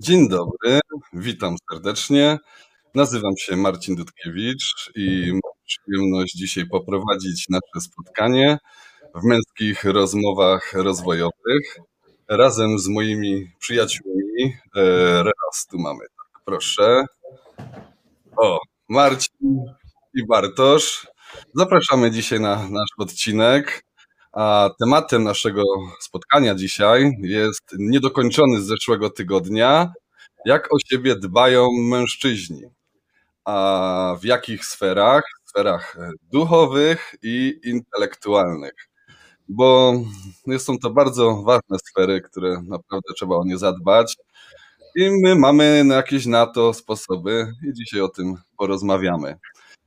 Dzień dobry, witam serdecznie. Nazywam się Marcin Dudkiewicz i mam przyjemność dzisiaj poprowadzić nasze spotkanie w męskich rozmowach rozwojowych razem z moimi przyjaciółmi. Raz tu mamy, tak, proszę. O, Marcin i Bartosz. Zapraszamy dzisiaj na nasz odcinek. A tematem naszego spotkania dzisiaj jest niedokończony z zeszłego tygodnia, jak o siebie dbają mężczyźni. A w jakich sferach? W sferach duchowych i intelektualnych. Bo są to bardzo ważne sfery, które naprawdę trzeba o nie zadbać. I my mamy jakieś na to sposoby i dzisiaj o tym porozmawiamy.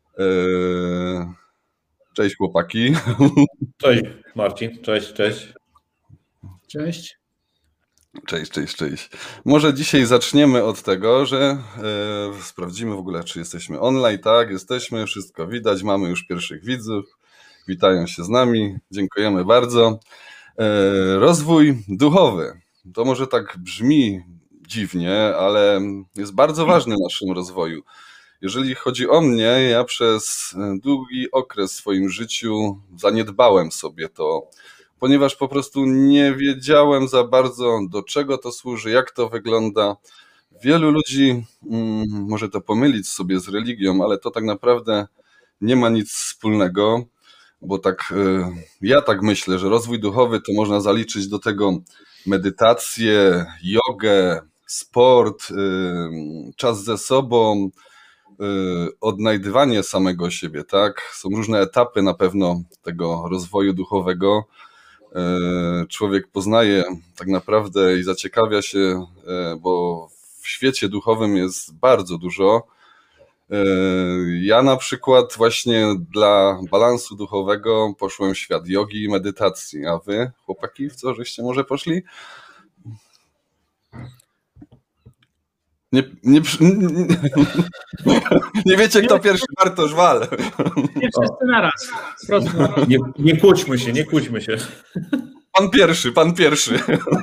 Cześć chłopaki. Cześć Marcin, cześć. Cześć. Cześć. Może dzisiaj zaczniemy od tego, że sprawdzimy w ogóle, czy jesteśmy online. Tak, jesteśmy, wszystko widać, mamy już pierwszych widzów. Witają się z nami, dziękujemy bardzo. Rozwój duchowy. To może tak brzmi dziwnie, ale jest bardzo ważny w naszym rozwoju. Jeżeli chodzi o mnie, ja przez długi okres w swoim życiu zaniedbałem sobie to, ponieważ po prostu nie wiedziałem za bardzo, do czego to służy, jak to wygląda. Wielu ludzi może to pomylić sobie z religią, ale to tak naprawdę nie ma nic wspólnego, bo ja tak myślę, że rozwój duchowy to można zaliczyć do tego medytację, jogę, sport, czas ze sobą, odnajdywanie samego siebie, tak? Są różne etapy na pewno tego rozwoju duchowego. Człowiek poznaje tak naprawdę i zaciekawia się, bo w świecie duchowym jest bardzo dużo. Ja na przykład właśnie dla balansu duchowego poszłem w świat jogi i medytacji, a wy, chłopaki, w co żeście może poszli? Nie wiecie, kto pierwszy, Bartosz, wal. Nie wszyscy naraz. Nie kłóćmy się. Pan pierwszy.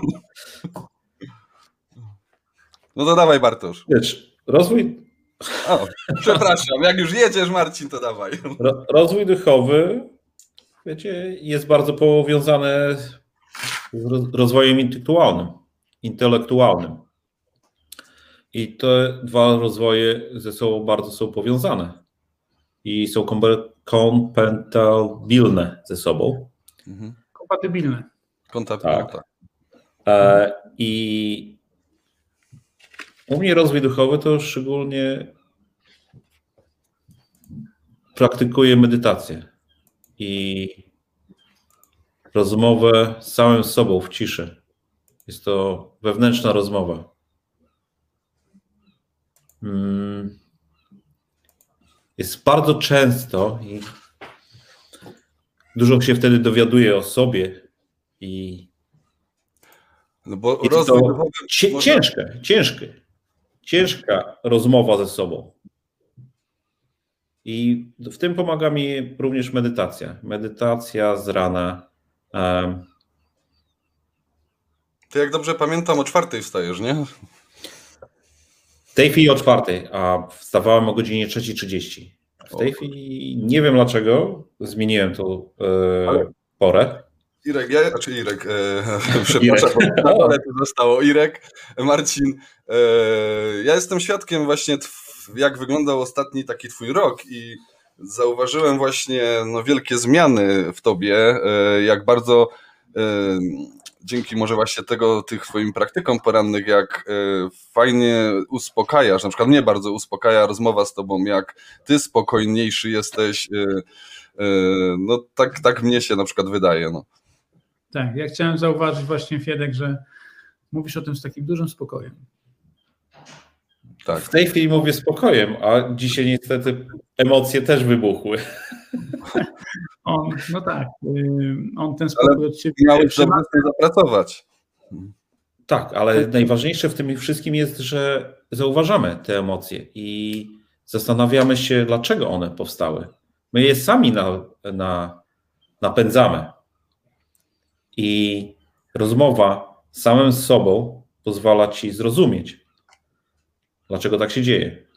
No to dawaj, Bartosz. Wiesz, rozwój... Przepraszam, jak już jedziesz, Marcin, to dawaj. Rozwój duchowy, wiecie, jest bardzo powiązany z rozwojem intelektualnym. I te dwa rozwoje ze sobą bardzo są powiązane i są kompatybilne ze sobą. Kompatybilne. Tak. I u mnie rozwój duchowy to szczególnie praktykuję medytację i rozmowę z samym sobą w ciszy. Jest to wewnętrzna rozmowa. Jest bardzo często i dużo się wtedy dowiaduje o sobie i no bo jest to ciężka rozmowa ze sobą. I w tym pomaga mi również medytacja. Medytacja z rana. Ty, jak dobrze pamiętam, o 4:00 wstajesz, nie? W tej chwili o 4:00, a wstawałem o godzinie 3:30. W tej chwili nie wiem dlaczego, zmieniłem tą porę. Przepraszam, ale tu zostało Irek, Marcin. Ja jestem świadkiem właśnie, jak wyglądał ostatni taki twój rok i zauważyłem właśnie wielkie zmiany w tobie, jak bardzo dzięki może właśnie tych twoim praktykom porannych, jak fajnie uspokajasz, na przykład mnie bardzo uspokaja rozmowa z tobą, jak ty spokojniejszy jesteś, no tak mnie się na przykład wydaje. No. Tak, ja chciałem zauważyć właśnie, Fiedek, że mówisz o tym z takim dużym spokojem. Tak. W tej chwili mówię spokojem, a dzisiaj niestety emocje też wybuchły. On ten spokój od siebie miałeś zapracować. Tak, ale najważniejsze w tym wszystkim jest, że zauważamy te emocje i zastanawiamy się, dlaczego one powstały. My je sami napędzamy. I rozmowa z samym sobą pozwala ci zrozumieć, Dlaczego tak się dzieje?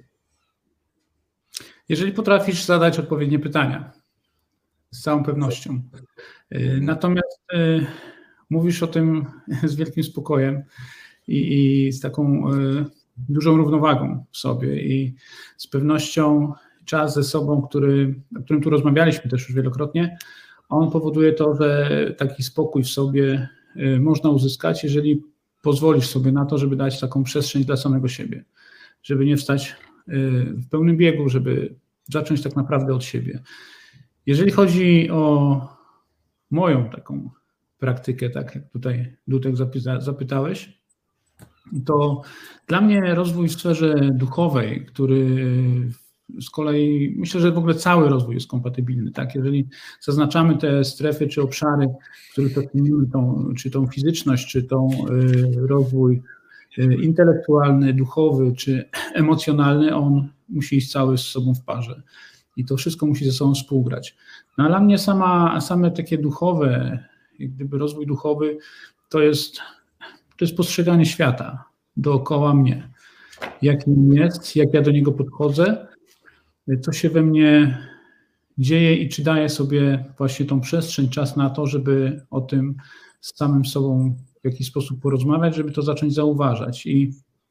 Jeżeli potrafisz zadać odpowiednie pytania, z całą pewnością. Natomiast mówisz o tym z wielkim spokojem i z taką dużą równowagą w sobie i z pewnością czas ze sobą, o którym tu rozmawialiśmy też już wielokrotnie, on powoduje to, że taki spokój w sobie można uzyskać, jeżeli pozwolisz sobie na to, żeby dać taką przestrzeń dla samego siebie, żeby nie wstać w pełnym biegu, żeby zacząć tak naprawdę od siebie. Jeżeli chodzi o moją taką praktykę, tak jak tutaj Dudek zapytałeś, to dla mnie rozwój w sferze duchowej, który z kolei myślę, że w ogóle cały rozwój jest kompatybilny. Tak? Jeżeli zaznaczamy te strefy czy obszary, w których ocenimy czy tą fizyczność, czy tą rozwój intelektualny, duchowy, czy emocjonalny, on musi iść cały z sobą w parze. I to wszystko musi ze sobą współgrać. No a dla mnie same takie duchowe, jak gdyby rozwój duchowy, to jest postrzeganie świata dookoła mnie. Jakim jest, jak ja do niego podchodzę, co się we mnie dzieje i czy daję sobie właśnie tą przestrzeń, czas na to, żeby o tym z samym sobą w jakiś sposób porozmawiać, żeby to zacząć zauważać. I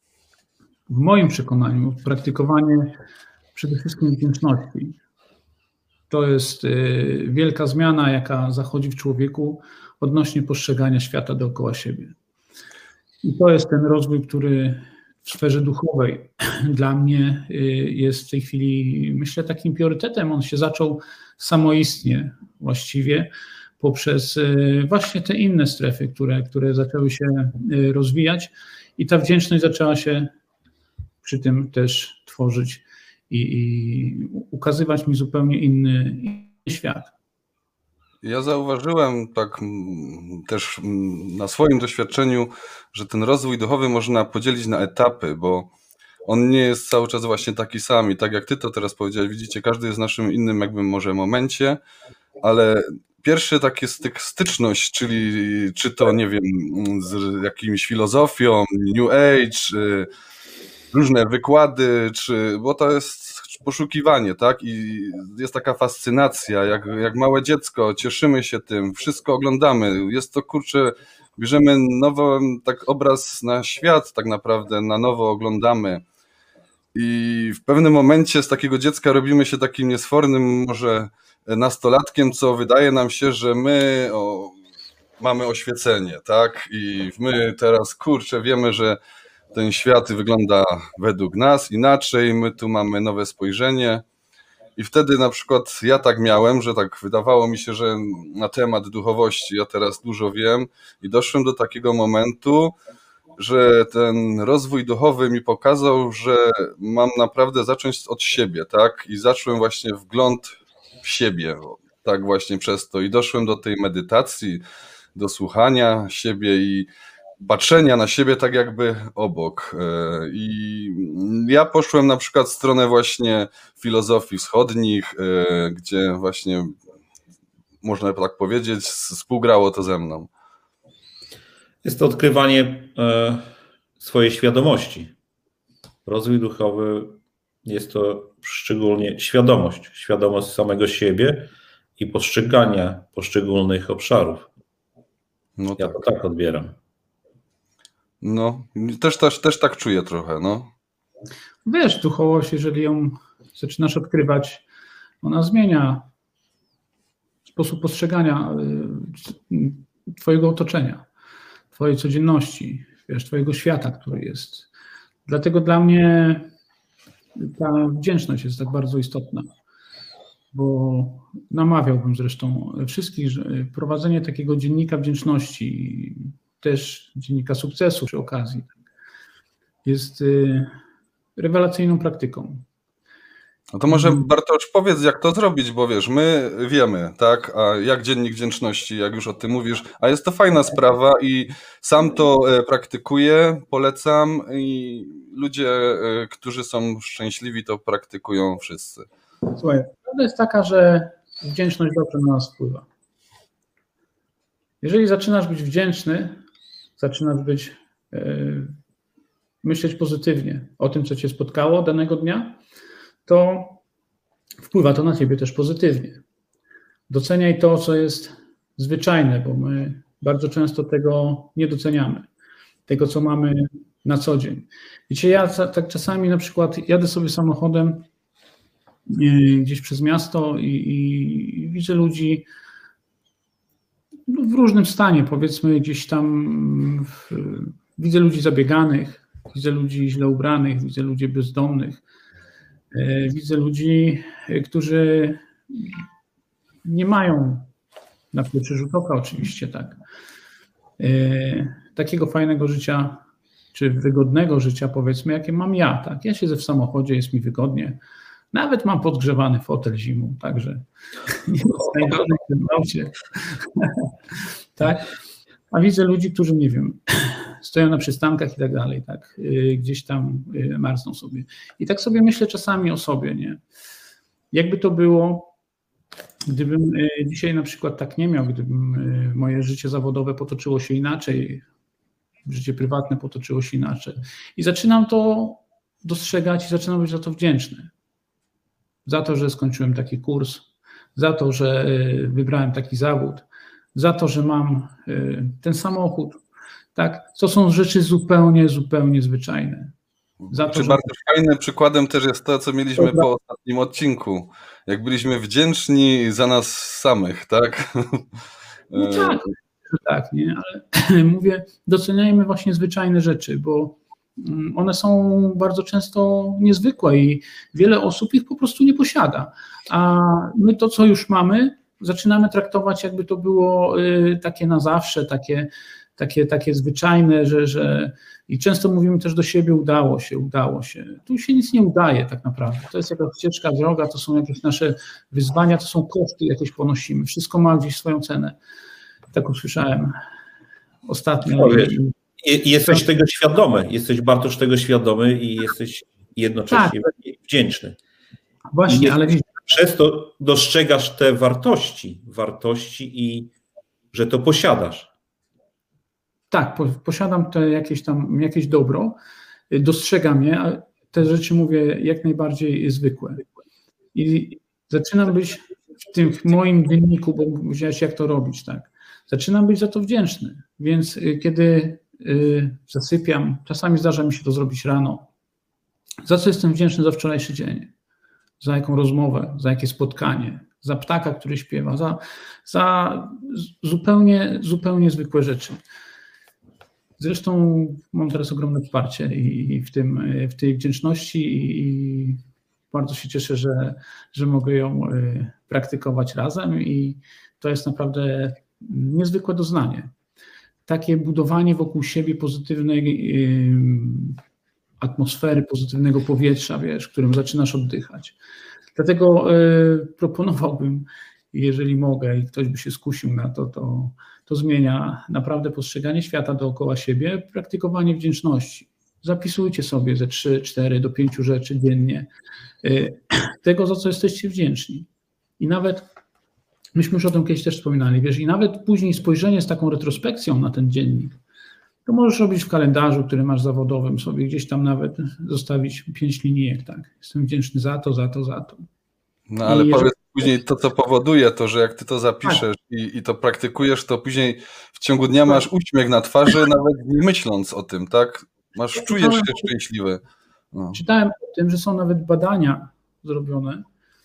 w moim przekonaniu praktykowanie przede wszystkim wdzięczności to jest wielka zmiana, jaka zachodzi w człowieku odnośnie postrzegania świata dookoła siebie. I to jest ten rozwój, który w sferze duchowej dla mnie jest w tej chwili, myślę, takim priorytetem. On się zaczął samoistnie właściwie poprzez właśnie te inne strefy, które zaczęły się rozwijać i ta wdzięczność zaczęła się przy tym też tworzyć i ukazywać mi zupełnie inny świat. Ja zauważyłem tak też na swoim doświadczeniu, że ten rozwój duchowy można podzielić na etapy, bo on nie jest cały czas właśnie taki sam i tak jak ty to teraz powiedziałeś, widzicie, każdy jest w naszym innym jakby może momencie, ale pierwszy taki styczność, czyli czy to nie wiem, z jakimś filozofią, New Age, różne wykłady, bo to jest poszukiwanie, tak? I jest taka fascynacja, jak małe dziecko, cieszymy się tym, wszystko oglądamy. Jest to, kurczę, bierzemy nowy tak obraz na świat, tak naprawdę na nowo oglądamy. I w pewnym momencie z takiego dziecka robimy się takim niesfornym może nastolatkiem, co wydaje nam się, że my mamy oświecenie, tak? I my teraz, kurczę, wiemy, że ten świat wygląda według nas inaczej, my tu mamy nowe spojrzenie i wtedy na przykład ja tak miałem, że tak wydawało mi się, że na temat duchowości ja teraz dużo wiem i doszłem do takiego momentu, że ten rozwój duchowy mi pokazał, że mam naprawdę zacząć od siebie, tak? I zacząłem właśnie wgląd w siebie, tak właśnie przez to i doszłem do tej medytacji, do słuchania siebie i patrzenia na siebie tak jakby obok. I ja poszłem na przykład w stronę właśnie filozofii wschodnich, gdzie właśnie, można tak powiedzieć, współgrało to ze mną. Jest to odkrywanie swojej świadomości. Rozwój duchowy jest to szczególnie świadomość samego siebie i postrzegania poszczególnych obszarów. No ja tak. to tak odbieram. No, też tak czuję trochę, no. Wiesz, duchowość, jeżeli ją zaczynasz odkrywać, ona zmienia sposób postrzegania twojego otoczenia, twojej codzienności, wiesz, twojego świata, który jest. Dlatego dla mnie ta wdzięczność jest tak bardzo istotna, bo namawiałbym zresztą wszystkich, że prowadzenie takiego dziennika wdzięczności, też dziennika sukcesu przy okazji, jest rewelacyjną praktyką. No to może Bartosz powiedz, jak to zrobić, bo wiesz, my wiemy, tak, a jak dziennik wdzięczności, jak już o tym mówisz, a jest to fajna sprawa i sam to praktykuję, polecam i ludzie, którzy są szczęśliwi, to praktykują wszyscy. Słuchaj, prawda jest taka, że wdzięczność dobrze na nas wpływa. Jeżeli zaczynasz być wdzięczny, zaczynasz być myśleć pozytywnie o tym, co cię spotkało danego dnia, to wpływa to na ciebie też pozytywnie. Doceniaj to, co jest zwyczajne, bo my bardzo często tego nie doceniamy. Tego, co mamy na co dzień. Wiecie, ja tak czasami na przykład jadę sobie samochodem gdzieś przez miasto i widzę ludzi w różnym stanie, powiedzmy gdzieś tam widzę ludzi zabieganych, widzę ludzi źle ubranych, widzę ludzi bezdomnych, widzę ludzi, którzy nie mają na pierwszy rzut oka oczywiście tak takiego fajnego życia, czy wygodnego życia, powiedzmy, jakie mam ja. Tak? Ja siedzę w samochodzie, jest mi wygodnie. Nawet mam podgrzewany fotel zimą, także nie jest najgorzej w tym aucie. Tak? A widzę ludzi, którzy, nie wiem, stoją na przystankach i tak dalej, tak? Gdzieś tam marzną sobie. I tak sobie myślę czasami o sobie, nie? Jakby to było, gdybym dzisiaj na przykład tak nie miał, gdybym moje życie zawodowe potoczyło się inaczej, życie prywatne potoczyło się inaczej. I zaczynam to dostrzegać i zaczynam być za to wdzięczny. Za to, że skończyłem taki kurs, za to, że wybrałem taki zawód, za to, że mam ten samochód. Tak? To są rzeczy zupełnie, zupełnie zwyczajne. Za to, Bardzo fajnym przykładem też jest to, co mieliśmy po ostatnim odcinku. Jak byliśmy wdzięczni za nas samych, tak? No tak, nie, ale mówię, doceniajmy właśnie zwyczajne rzeczy, bo one są bardzo często niezwykłe i wiele osób ich po prostu nie posiada. A my to, co już mamy, zaczynamy traktować, jakby to było takie na zawsze, takie zwyczajne, że i często mówimy też do siebie, udało się. Tu się nic nie udaje tak naprawdę. To jest jakaś ścieżka, droga, to są jakieś nasze wyzwania, to są koszty, jakieś ponosimy. Wszystko ma gdzieś swoją cenę. Tak usłyszałem ostatnio. Jesteś tego świadomy, jesteś Bartosz tego świadomy i jesteś jednocześnie wdzięczny. Właśnie, ale przez to dostrzegasz te wartości i że to posiadasz. Tak, posiadam te jakieś dobro, dostrzegam je, a te rzeczy mówię jak najbardziej zwykłe. I zaczynam być w tym moim dzienniku, bo wiedziałeś jak to robić, tak. Zaczynam być za to wdzięczny, więc kiedy zasypiam, czasami zdarza mi się to zrobić rano. Za co jestem wdzięczny za wczorajszy dzień? Za jaką rozmowę, za jakie spotkanie, za ptaka, który śpiewa, za zupełnie zwykłe rzeczy. Zresztą mam teraz ogromne wsparcie i w tej wdzięczności i bardzo się cieszę, że mogę ją praktykować razem i to jest naprawdę niezwykłe doznanie. Takie budowanie wokół siebie pozytywnej atmosfery, pozytywnego powietrza, którym zaczynasz oddychać. Dlatego proponowałbym, jeżeli mogę i ktoś by się skusił na to zmienia naprawdę postrzeganie świata dookoła siebie, praktykowanie wdzięczności. Zapisujcie sobie ze 3, 4 do 5 rzeczy dziennie tego, za co jesteście wdzięczni. I nawet, myśmy już o tym kiedyś też wspominali, i nawet później spojrzenie z taką retrospekcją na ten dziennik, to możesz robić w kalendarzu, który masz zawodowym, sobie gdzieś tam nawet zostawić 5 linijek, tak. Jestem wdzięczny za to. No ale powiedz później to, co powoduje to, że jak ty to zapiszesz i to praktykujesz, to później w ciągu dnia masz uśmiech na twarzy, nawet nie myśląc o tym, tak? Czujesz się szczęśliwy. No. Czytałem o tym, że są nawet badania zrobione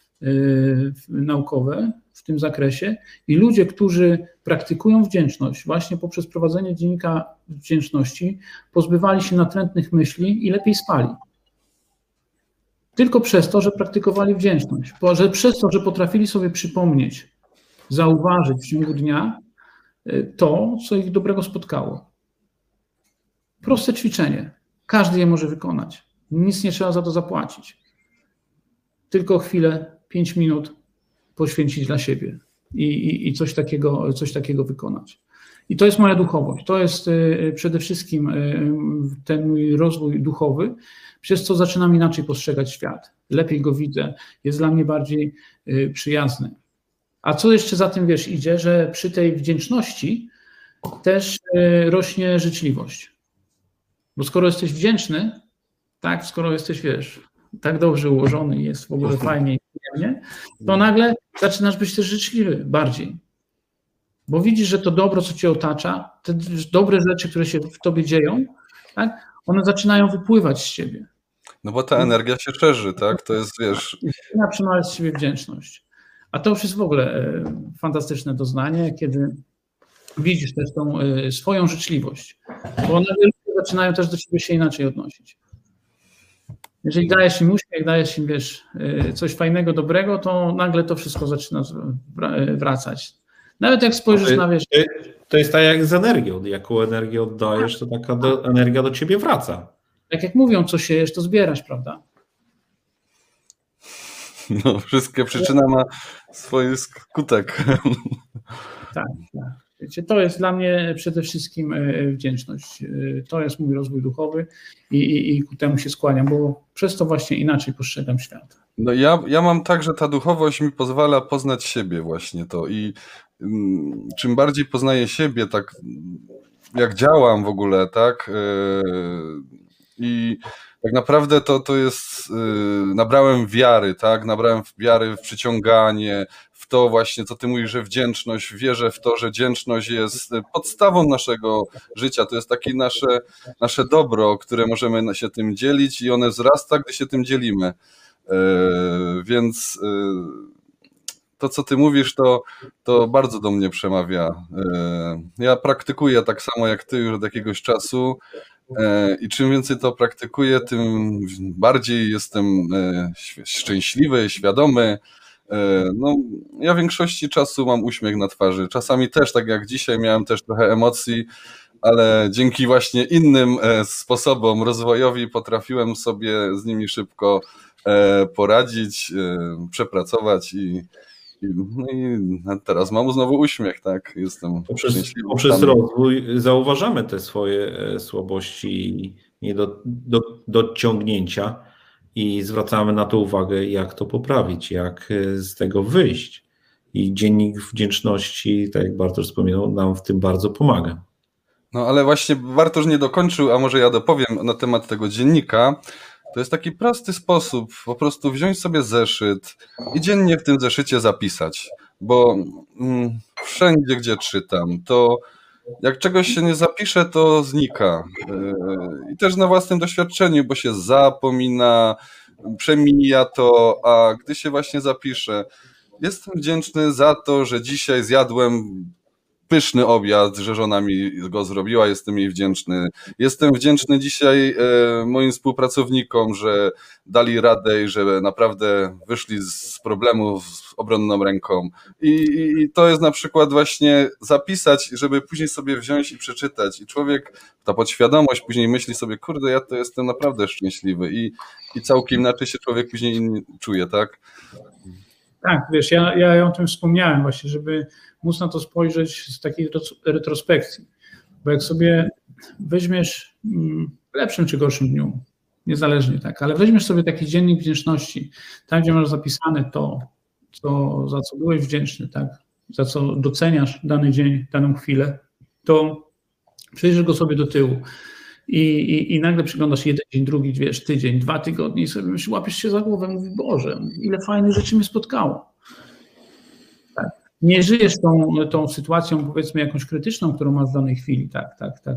naukowe w tym zakresie i ludzie, którzy praktykują wdzięczność właśnie poprzez prowadzenie dziennika wdzięczności, pozbywali się natrętnych myśli i lepiej spali. Tylko przez to, że praktykowali wdzięczność, przez to, że potrafili sobie przypomnieć, zauważyć w ciągu dnia to, co ich dobrego spotkało. Proste ćwiczenie. Każdy je może wykonać. Nic nie trzeba za to zapłacić. Tylko chwilę, 5 minut poświęcić dla siebie i coś takiego wykonać. I to jest moja duchowość. To jest przede wszystkim ten mój rozwój duchowy, przez co zaczynam inaczej postrzegać świat. Lepiej go widzę, jest dla mnie bardziej przyjazny. A co jeszcze za tym, idzie, że przy tej wdzięczności też rośnie życzliwość. Bo skoro jesteś wdzięczny, tak, skoro jesteś, wiesz, tak dobrze ułożony i jest w ogóle fajnie i przyjemnie, to nagle zaczynasz być też życzliwy bardziej. Bo widzisz, że to dobro, co cię otacza, te dobre rzeczy, które się w tobie dzieją, tak, one zaczynają wypływać z ciebie. No bo ta energia się szerzy, tak? To jest, wiesz... I zaczyna przemawiać z siebie wdzięczność. A to już jest w ogóle fantastyczne doznanie, kiedy widzisz też tą swoją życzliwość. Bo one zaczynają też do ciebie się inaczej odnosić. Jeżeli dajesz im uśmiech, dajesz im, wiesz, coś fajnego, dobrego, to nagle to wszystko zaczyna wracać. Nawet jak spojrzysz na, wiesz... To jest tak jak z energią. Jaką energię oddajesz, to taka energia do ciebie wraca. Tak jak mówią, co siejesz, to zbierasz, prawda? No, wszystkie przyczyna ma swój skutek. Tak, tak. Wiecie, to jest dla mnie przede wszystkim wdzięczność. To jest mój rozwój duchowy i ku temu się skłaniam, bo przez to właśnie inaczej postrzegam świat. No ja mam tak, że ta duchowość mi pozwala poznać siebie właśnie to i czym bardziej poznaję siebie, tak jak działam w ogóle, tak, i tak naprawdę to jest, nabrałem wiary, tak, nabrałem wiary w przyciąganie, w to właśnie, co ty mówisz, że wdzięczność, wierzę w to, że wdzięczność jest podstawą naszego życia, to jest takie nasze dobro, które możemy się tym dzielić i one wzrasta, gdy się tym dzielimy. Więc to, co ty mówisz, to bardzo do mnie przemawia. Ja praktykuję tak samo jak ty już od jakiegoś czasu i czym więcej to praktykuję, tym bardziej jestem szczęśliwy, świadomy. No, ja w większości czasu mam uśmiech na twarzy. Czasami też, tak jak dzisiaj, miałem też trochę emocji, ale dzięki właśnie innym sposobom rozwojowi potrafiłem sobie z nimi szybko poradzić, przepracować i teraz mam znowu uśmiech, tak? Jestem szczęśliwy. Poprzez rozwój zauważamy te swoje słabości i dociągnięcia i zwracamy na to uwagę, jak to poprawić, jak z tego wyjść. I dziennik wdzięczności, tak jak Bartosz wspominał, nam w tym bardzo pomaga. No ale właśnie Bartosz nie dokończył, a może ja dopowiem na temat tego dziennika. To jest taki prosty sposób, po prostu wziąć sobie zeszyt i dziennie w tym zeszycie zapisać, bo wszędzie, gdzie czytam, to jak czegoś się nie zapisze, to znika. I też na własnym doświadczeniu, bo się zapomina, przemija to, a gdy się właśnie zapisze, jestem wdzięczny za to, że dzisiaj zjadłem pyszny obiad, że żona mi go zrobiła, jestem jej wdzięczny. Jestem wdzięczny dzisiaj moim współpracownikom, że dali radę i że naprawdę wyszli z problemu z obronną ręką. I to jest na przykład właśnie zapisać, żeby później sobie wziąć i przeczytać. I człowiek, ta podświadomość później myśli sobie, kurde, ja to jestem naprawdę szczęśliwy. I całkiem inaczej się człowiek później czuje, tak? Tak, wiesz, ja o tym wspomniałem właśnie, żeby móc na to spojrzeć z takiej retrospekcji. Bo jak sobie weźmiesz w lepszym czy gorszym dniu, niezależnie tak, ale weźmiesz sobie taki dziennik wdzięczności, tam gdzie masz zapisane to, za co byłeś wdzięczny, tak, za co doceniasz dany dzień, daną chwilę, to przejrzysz go sobie do tyłu i nagle przyglądasz jeden dzień, drugi, wiesz, tydzień, 2 tygodnie i sobie myślisz, łapiesz się za głowę, mówisz, Boże, ile fajnych rzeczy mnie spotkało. Tak. Nie żyjesz tą sytuacją, powiedzmy, jakąś krytyczną, którą masz w danej chwili, tak,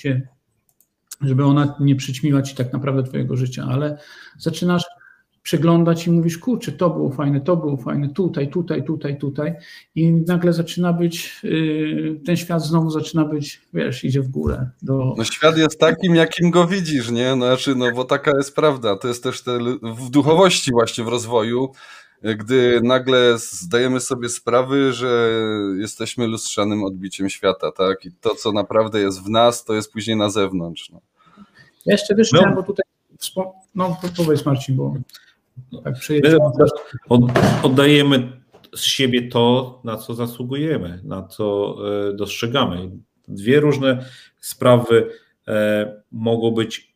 żeby ona nie przyćmiła ci tak naprawdę twojego życia, ale zaczynasz przeglądać i mówisz, kurczę, to było fajne, tutaj i nagle zaczyna być, ten świat znowu zaczyna być, wiesz, idzie w górę. No świat jest takim, jakim go widzisz, nie? Znaczy, no bo taka jest prawda, to jest też w duchowości właśnie, w rozwoju, gdy nagle zdajemy sobie sprawy, że jesteśmy lustrzanym odbiciem świata, tak? I to, co naprawdę jest w nas, to jest później na zewnątrz. No. Ja jeszcze też chciałem, bo tutaj, powiedz Marcin, bo tak oddajemy z siebie to, na co zasługujemy, na co dostrzegamy. 2 różne sprawy mogą być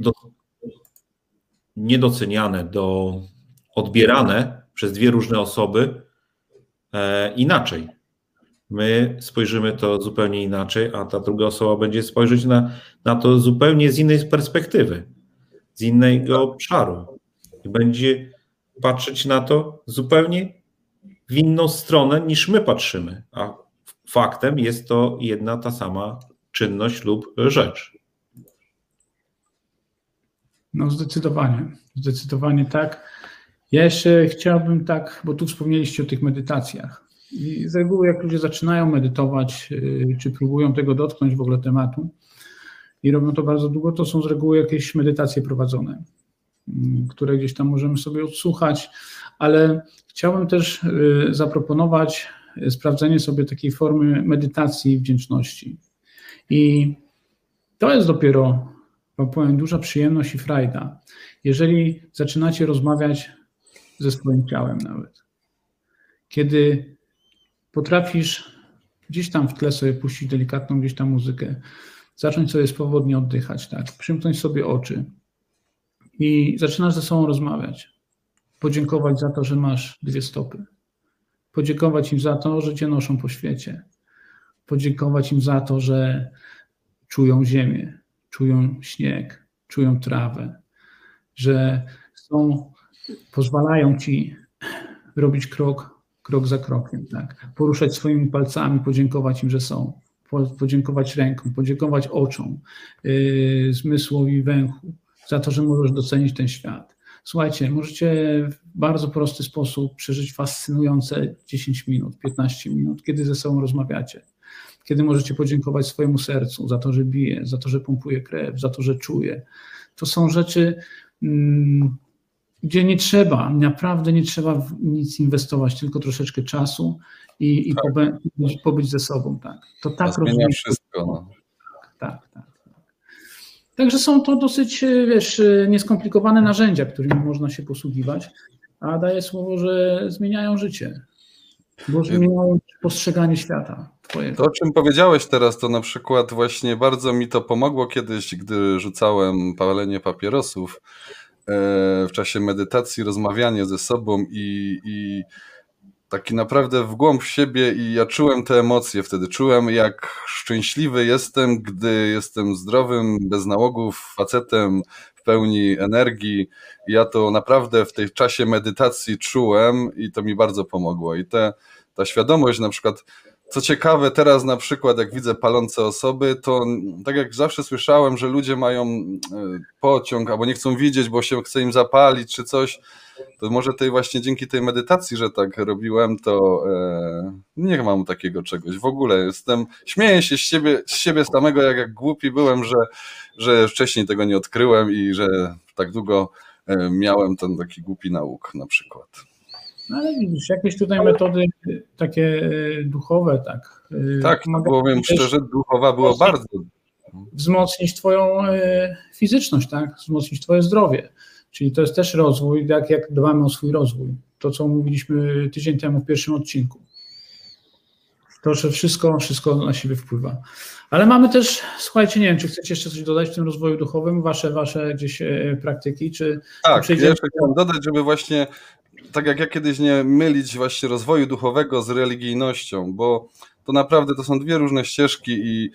niedoceniane, odbierane przez 2 różne osoby inaczej. My spojrzymy to zupełnie inaczej, a ta druga osoba będzie spojrzeć na to zupełnie z innej perspektywy, z innego obszaru i będzie patrzeć na to zupełnie w inną stronę niż my patrzymy, a faktem jest to jedna ta sama czynność lub rzecz. No zdecydowanie tak. Ja jeszcze chciałbym tak, bo tu wspomnieliście o tych medytacjach. I z reguły jak ludzie zaczynają medytować, czy próbują tego dotknąć w ogóle tematu i robią to bardzo długo, to są z reguły jakieś medytacje prowadzone, które gdzieś tam możemy sobie odsłuchać, ale chciałbym też zaproponować sprawdzenie sobie takiej formy medytacji wdzięczności. I to jest dopiero, powiem, duża przyjemność i frajda, jeżeli zaczynacie rozmawiać ze swoim ciałem nawet. Kiedy potrafisz gdzieś tam w tle sobie puścić delikatną gdzieś tam muzykę, zacząć sobie swobodnie oddychać, tak, przymknąć sobie oczy i zaczynasz ze sobą rozmawiać. Podziękować za to, że masz 2 stopy. Podziękować im za to, że cię noszą po świecie. Podziękować im za to, że czują ziemię, czują śnieg, czują trawę, że pozwalają ci robić krok za krokiem, tak? Poruszać swoimi palcami, podziękować im, że są, podziękować ręką, podziękować oczom, zmysłowi węchu za to, że możesz docenić ten świat. Słuchajcie, możecie w bardzo prosty sposób przeżyć fascynujące 10 minut, 15 minut, kiedy ze sobą rozmawiacie. Kiedy możecie podziękować swojemu sercu za to, że bije, za to, że pompuje krew, za to, że czuje. To są rzeczy, gdzie nie trzeba, naprawdę nie trzeba w nic inwestować, tylko troszeczkę czasu i pobyć ze sobą. Tak. To tak zmienia wszystko. No. Tak. Także są to dosyć, nieskomplikowane narzędzia, którymi można się posługiwać, a daję słowo, że zmieniają życie, bo zmieniają postrzeganie świata twojego. To, o czym powiedziałeś teraz, to na przykład właśnie bardzo mi to pomogło kiedyś, gdy rzucałem palenie papierosów w czasie medytacji, rozmawianie ze sobą i taki naprawdę w głąb siebie i ja czułem te emocje wtedy. Czułem, jak szczęśliwy jestem, gdy jestem zdrowym, bez nałogów, facetem, w pełni energii. Ja to naprawdę w tej czasie medytacji czułem i to mi bardzo pomogło. I ta świadomość na przykład, co ciekawe, teraz na przykład jak widzę palące osoby, to tak jak zawsze słyszałem, że ludzie mają pociąg albo nie chcą widzieć, bo się chce im zapalić czy coś, to może właśnie dzięki tej medytacji, że tak robiłem, to nie mam takiego czegoś. W ogóle śmieję się z siebie samego, jak głupi byłem, że wcześniej tego nie odkryłem i że tak długo miałem ten taki głupi nauk na przykład. No ale widzisz, jakieś tutaj metody takie duchowe, tak. Tak, powiem szczerze, duchowa było bardzo. Wzmocnić twoją fizyczność, tak, wzmocnić twoje zdrowie. Czyli to jest też rozwój, tak jak dbamy o swój rozwój. To, co mówiliśmy tydzień temu w pierwszym odcinku. To, że wszystko na siebie wpływa. Ale mamy też, słuchajcie, nie wiem, czy chcecie jeszcze coś dodać w tym rozwoju duchowym, wasze gdzieś praktyki, czy... Tak, ja jeszcze chciałem dodać, żeby właśnie, tak jak ja kiedyś, nie mylić właśnie rozwoju duchowego z religijnością, bo to naprawdę to są 2 różne ścieżki i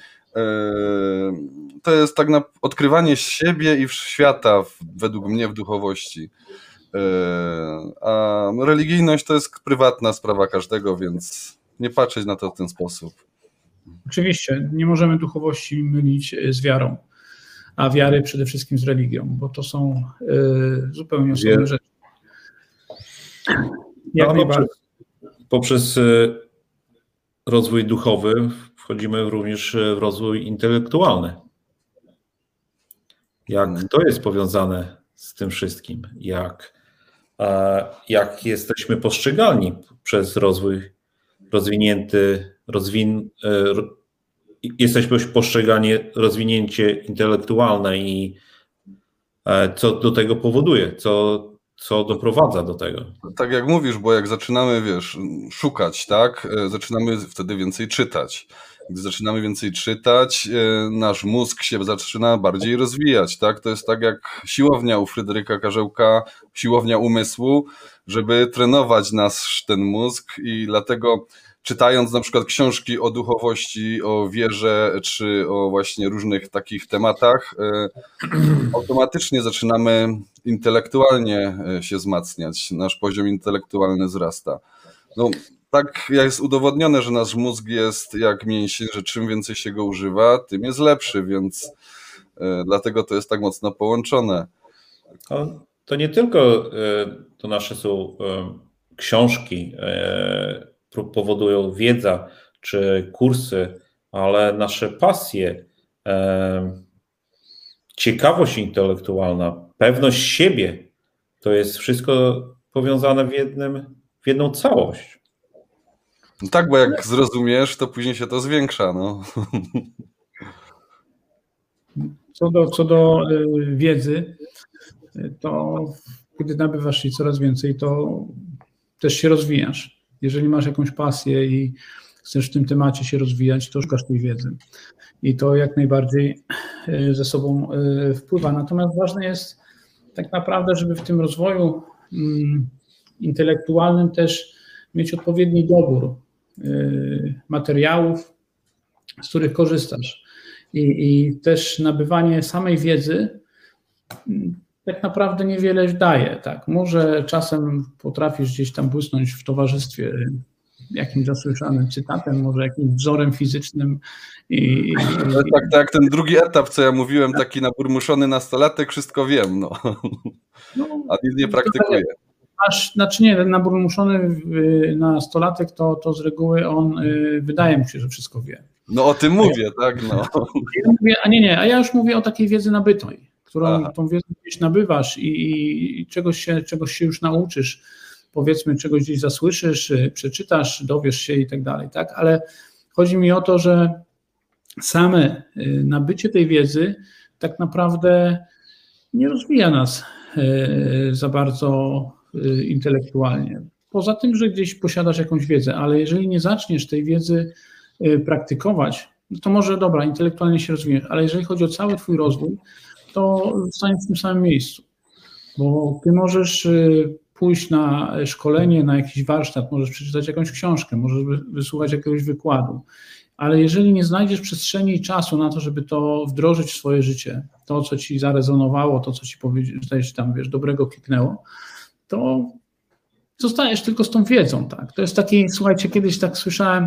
to jest tak na odkrywanie siebie i świata według mnie w duchowości. A religijność to jest prywatna sprawa każdego, więc nie patrzeć na to w ten sposób. Oczywiście, nie możemy duchowości mylić z wiarą, a wiary przede wszystkim z religią, bo to są zupełnie osobne rzeczy. Poprzez rozwój duchowy wchodzimy również w rozwój intelektualny. Jak to jest powiązane z tym wszystkim? Jak jesteśmy postrzegalni przez rozwój jesteśmy postrzegani rozwinięcie intelektualne i co do tego powoduje, co doprowadza do tego. Tak jak mówisz, bo jak zaczynamy, szukać, tak, zaczynamy wtedy więcej czytać. Gdy zaczynamy więcej czytać, nasz mózg się zaczyna bardziej rozwijać, tak? To jest tak jak siłownia u Fryderyka Karzełka, siłownia umysłu, żeby trenować nasz ten mózg i dlatego czytając na przykład książki o duchowości, o wierze, czy o właśnie różnych takich tematach, automatycznie zaczynamy intelektualnie się wzmacniać, nasz poziom intelektualny wzrasta. No, tak jest udowodnione, że nasz mózg jest jak mięsień, że czym więcej się go używa, tym jest lepszy, więc dlatego to jest tak mocno połączone. To nie tylko to nasze są książki, powodują wiedza czy kursy, ale nasze pasje, ciekawość intelektualna, pewność siebie, to jest wszystko powiązane w jedną całość. No tak, bo jak zrozumiesz, to później się to zwiększa. No. Co do wiedzy, to kiedy nabywasz jej coraz więcej, to też się rozwijasz. Jeżeli masz jakąś pasję i chcesz w tym temacie się rozwijać, to szukasz tej wiedzy. I to jak najbardziej ze sobą wpływa. Natomiast ważne jest tak naprawdę, żeby w tym rozwoju intelektualnym też mieć odpowiedni dobór materiałów, z których korzystasz. I też nabywanie samej wiedzy tak naprawdę niewiele daje. Tak? Może czasem potrafisz gdzieś tam błysnąć w towarzystwie jakimś zasłyszanym cytatem, może jakimś wzorem fizycznym. Tak, ten drugi etap, co ja mówiłem, taki naburmuszony nastolatek, wszystko wiem, no. A nic nie praktykuję. Znaczy nie, naburmuszony nastolatek to z reguły on wydaje mu się, że wszystko wie. No o tym mówię, tak? No. A ja już mówię o takiej wiedzy nabytej, którą tą wiedzę gdzieś nabywasz i czegoś się już nauczysz, powiedzmy czegoś gdzieś zasłyszysz, przeczytasz, dowiesz się i tak dalej, tak? Ale chodzi mi o to, że same nabycie tej wiedzy tak naprawdę nie rozwija nas za bardzo intelektualnie. Poza tym, że gdzieś posiadasz jakąś wiedzę, ale jeżeli nie zaczniesz tej wiedzy praktykować, to może dobra, intelektualnie się rozwiniesz, ale jeżeli chodzi o cały twój rozwój, to zostaniesz w tym samym miejscu, bo ty możesz pójść na szkolenie, na jakiś warsztat, możesz przeczytać jakąś książkę, możesz wysłuchać jakiegoś wykładu, ale jeżeli nie znajdziesz przestrzeni i czasu na to, żeby to wdrożyć w swoje życie, to, co ci zarezonowało, to, co ci tam, dobrego kliknęło, to zostajesz tylko z tą wiedzą, tak. To jest taki, słuchajcie, kiedyś tak słyszałem,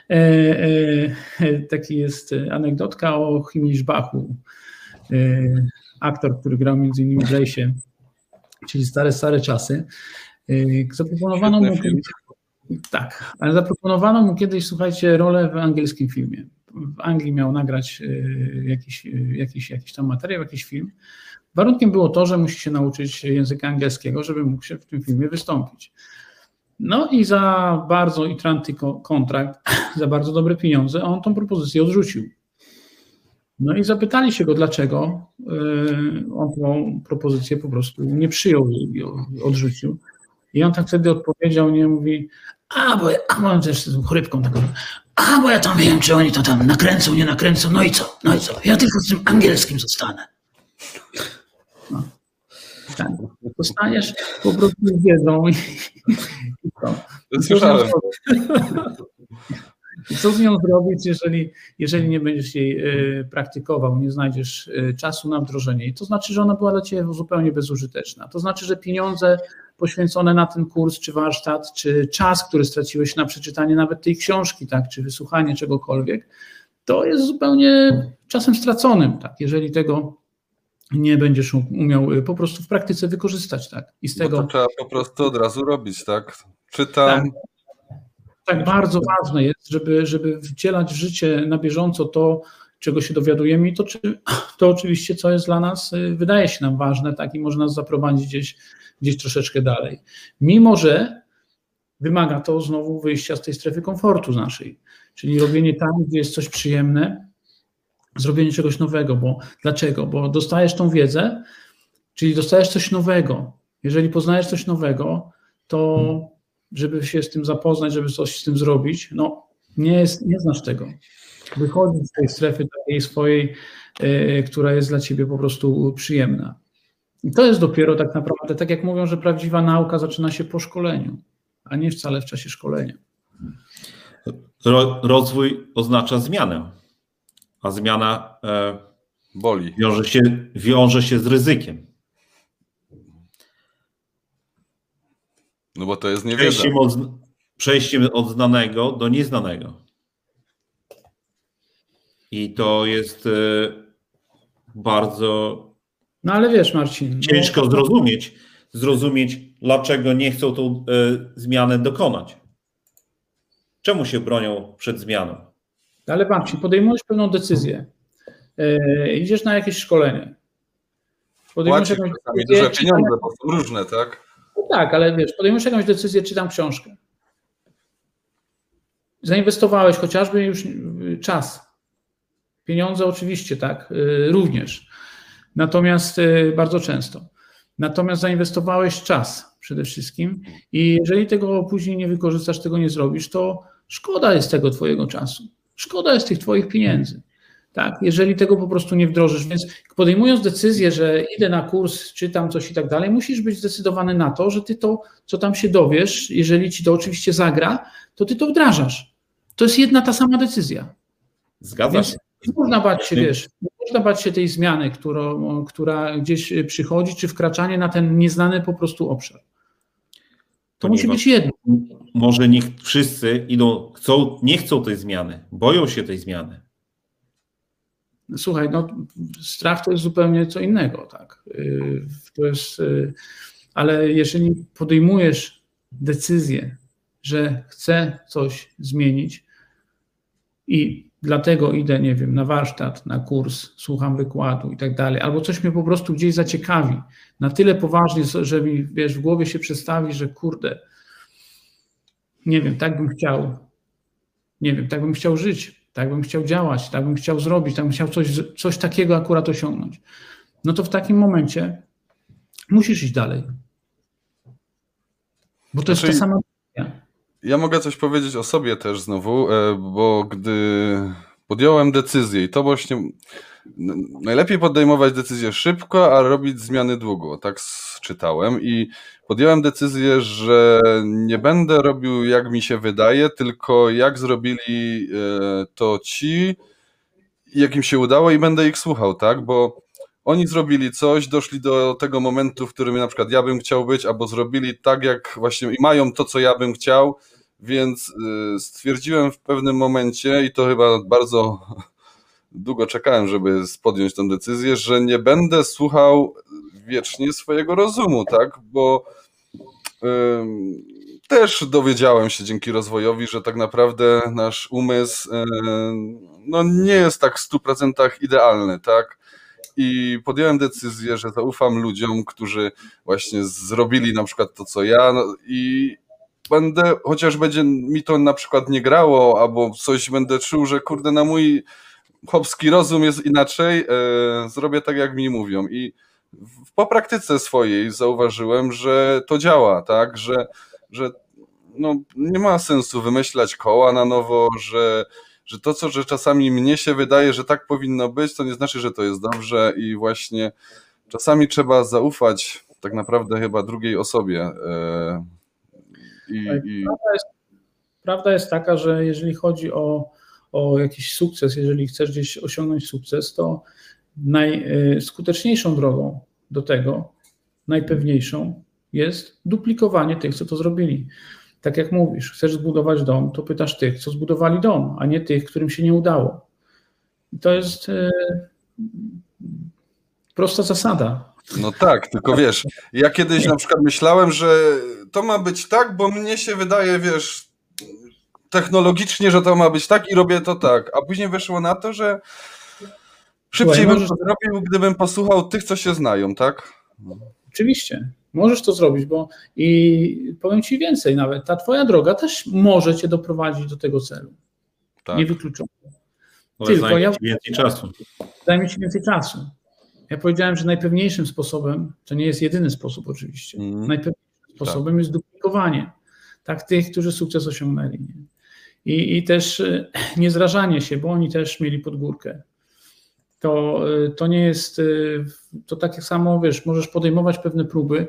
taki jest anegdotka o Himmelsbachu, aktor, który grał między innymi w Lejsie, czyli stare czasy. Zaproponowano mu kiedyś, słuchajcie, rolę w angielskim filmie. W Anglii miał nagrać jakiś tam materiał, jakiś film. Warunkiem było to, że musi się nauczyć języka angielskiego, żeby mógł się w tym filmie wystąpić. No i za bardzo intranty kontrakt, za bardzo dobre pieniądze, on tą propozycję odrzucił. No i zapytali się go, dlaczego on tą propozycję po prostu nie przyjął i odrzucił. I on tak wtedy odpowiedział, mówi, bo on też z chrypką taką, bo ja tam wiem, czy oni to tam nakręcą, nie nakręcą, no i co, ja tylko z tym angielskim zostanę. No. Tak. Zostaniesz po prostu z wiedzą i co z nią zrobić, jeżeli nie będziesz jej praktykował, nie znajdziesz czasu na wdrożenie. I to znaczy, że ona była dla ciebie zupełnie bezużyteczna. To znaczy, że pieniądze poświęcone na ten kurs, czy warsztat, czy czas, który straciłeś na przeczytanie nawet tej książki, tak, czy wysłuchanie czegokolwiek, to jest zupełnie czasem straconym, tak, jeżeli tego nie będziesz umiał po prostu w praktyce wykorzystać, tak. I z tego to trzeba po prostu od razu robić, tak? Czytam. Tak, bardzo ważne jest, żeby wcielać w życie na bieżąco to, czego się dowiadujemy i to oczywiście, co jest dla nas, wydaje się nam ważne, tak, i może nas zaprowadzić gdzieś troszeczkę dalej. Mimo że wymaga to znowu wyjścia z tej strefy komfortu naszej, czyli robienie tam, gdzie jest coś przyjemne, zrobienie czegoś nowego, dlaczego? Bo dostajesz tą wiedzę, czyli dostajesz coś nowego. Jeżeli poznajesz coś nowego, to żeby się z tym zapoznać, żeby coś z tym zrobić, nie znasz tego. Wychodzić z tej strefy takiej swojej, która jest dla ciebie po prostu przyjemna. I to jest dopiero tak naprawdę, tak jak mówią, że prawdziwa nauka zaczyna się po szkoleniu, a nie wcale w czasie szkolenia. rozwój oznacza zmianę, a zmiana boli. Wiąże się z ryzykiem. No bo to jest niewiedza. Przejściem od znanego do nieznanego. I to jest bardzo No ale wiesz, Marcin, ciężko zrozumieć, dlaczego nie chcą tą zmianę dokonać. Czemu się bronią przed zmianą? Ale Marcin, podejmujesz pewną decyzję. Idziesz na jakieś szkolenie. Płacisz czasami duże pieniądze, bo są różne, tak? No tak, ale wiesz, podejmujesz jakąś decyzję, czytam książkę. Zainwestowałeś chociażby już czas. Pieniądze oczywiście, tak, również. Natomiast bardzo często. Natomiast zainwestowałeś czas przede wszystkim i jeżeli tego później nie wykorzystasz, tego nie zrobisz, to szkoda jest tego twojego czasu. Szkoda jest tych twoich pieniędzy. Tak, jeżeli tego po prostu nie wdrożysz. Więc podejmując decyzję, że idę na kurs, czytam coś i tak dalej, musisz być zdecydowany na to, że ty to, co tam się dowiesz, jeżeli ci to oczywiście zagra, to ty to wdrażasz. To jest jedna ta sama decyzja. Zgadza się. Nie można bać się, wiesz, nie można bać się tej zmiany, która gdzieś przychodzi, czy wkraczanie na ten nieznany po prostu obszar. To musi być jedno. Może niech wszyscy nie chcą tej zmiany, boją się tej zmiany. Słuchaj, no strach to jest zupełnie co innego, tak. To jest, ale jeżeli podejmujesz decyzję, że chcę coś zmienić i dlatego idę, nie wiem, na warsztat, na kurs, słucham wykładu i tak dalej, albo coś mnie po prostu gdzieś zaciekawi, na tyle poważnie, że mi, wiesz, w głowie się przestawi, że kurde, nie wiem, tak bym chciał, nie wiem, tak bym chciał żyć, tak bym chciał działać, tak bym chciał zrobić, tak bym chciał coś takiego akurat osiągnąć. No to w takim momencie musisz iść dalej. Bo to jest ta sama decyzja. Ja mogę coś powiedzieć o sobie też znowu, bo gdy podjąłem decyzję i to właśnie najlepiej podejmować decyzje szybko, a robić zmiany długo, tak czytałem i podjąłem decyzję, że nie będę robił jak mi się wydaje, tylko jak zrobili to ci, jak im się udało i będę ich słuchał, tak, bo oni zrobili coś, doszli do tego momentu, w którym na przykład ja bym chciał być, albo zrobili tak jak właśnie i mają to, co ja bym chciał, więc stwierdziłem w pewnym momencie i to chyba bardzo długo czekałem, żeby podjąć tę decyzję, że nie będę słuchał wiecznie swojego rozumu, tak, bo też dowiedziałem się dzięki rozwojowi, że tak naprawdę nasz umysł no, nie jest tak w 100% idealny, tak, i podjąłem decyzję, że zaufam ludziom, którzy właśnie zrobili na przykład to, co ja, no, i będę, chociaż będzie mi to na przykład nie grało, albo coś będę czuł, że kurde, na mój chłopski rozum jest inaczej, zrobię tak, jak mi mówią. I po praktyce swojej zauważyłem, że to działa, tak, że no, nie ma sensu wymyślać koła na nowo, że to, że czasami mnie się wydaje, że tak powinno być, to nie znaczy, że to jest dobrze i właśnie czasami trzeba zaufać tak naprawdę chyba drugiej osobie. Prawda jest taka, że jeżeli chodzi o jakiś sukces, jeżeli chcesz gdzieś osiągnąć sukces, to najskuteczniejszą drogą do tego, najpewniejszą jest duplikowanie tych, co to zrobili. Tak jak mówisz, chcesz zbudować dom, to pytasz tych, co zbudowali dom, a nie tych, którym się nie udało. I to jest prosta zasada. No tak, tylko wiesz, ja kiedyś na przykład myślałem, że to ma być tak, bo mnie się wydaje, wiesz, technologicznie, że to ma być tak i robię to tak, a później wyszło na to, że szybciej bym to zrobił, gdybym posłuchał tych, co się znają, tak? Oczywiście, możesz to zrobić, bo i powiem Ci więcej nawet, ta Twoja droga też może Cię doprowadzić do tego celu. Tak. Nie wykluczone. Tylko zajmie Ci więcej czasu. Zajmie Ci więcej czasu. Ja powiedziałem, że najpewniejszym sposobem, to nie jest jedyny sposób oczywiście, najpewniejszym sposobem jest duplikowanie tak tych, którzy sukces osiągnęli. I też nie zrażanie się, bo oni też mieli pod górkę. To nie jest, to tak samo, wiesz, możesz podejmować pewne próby,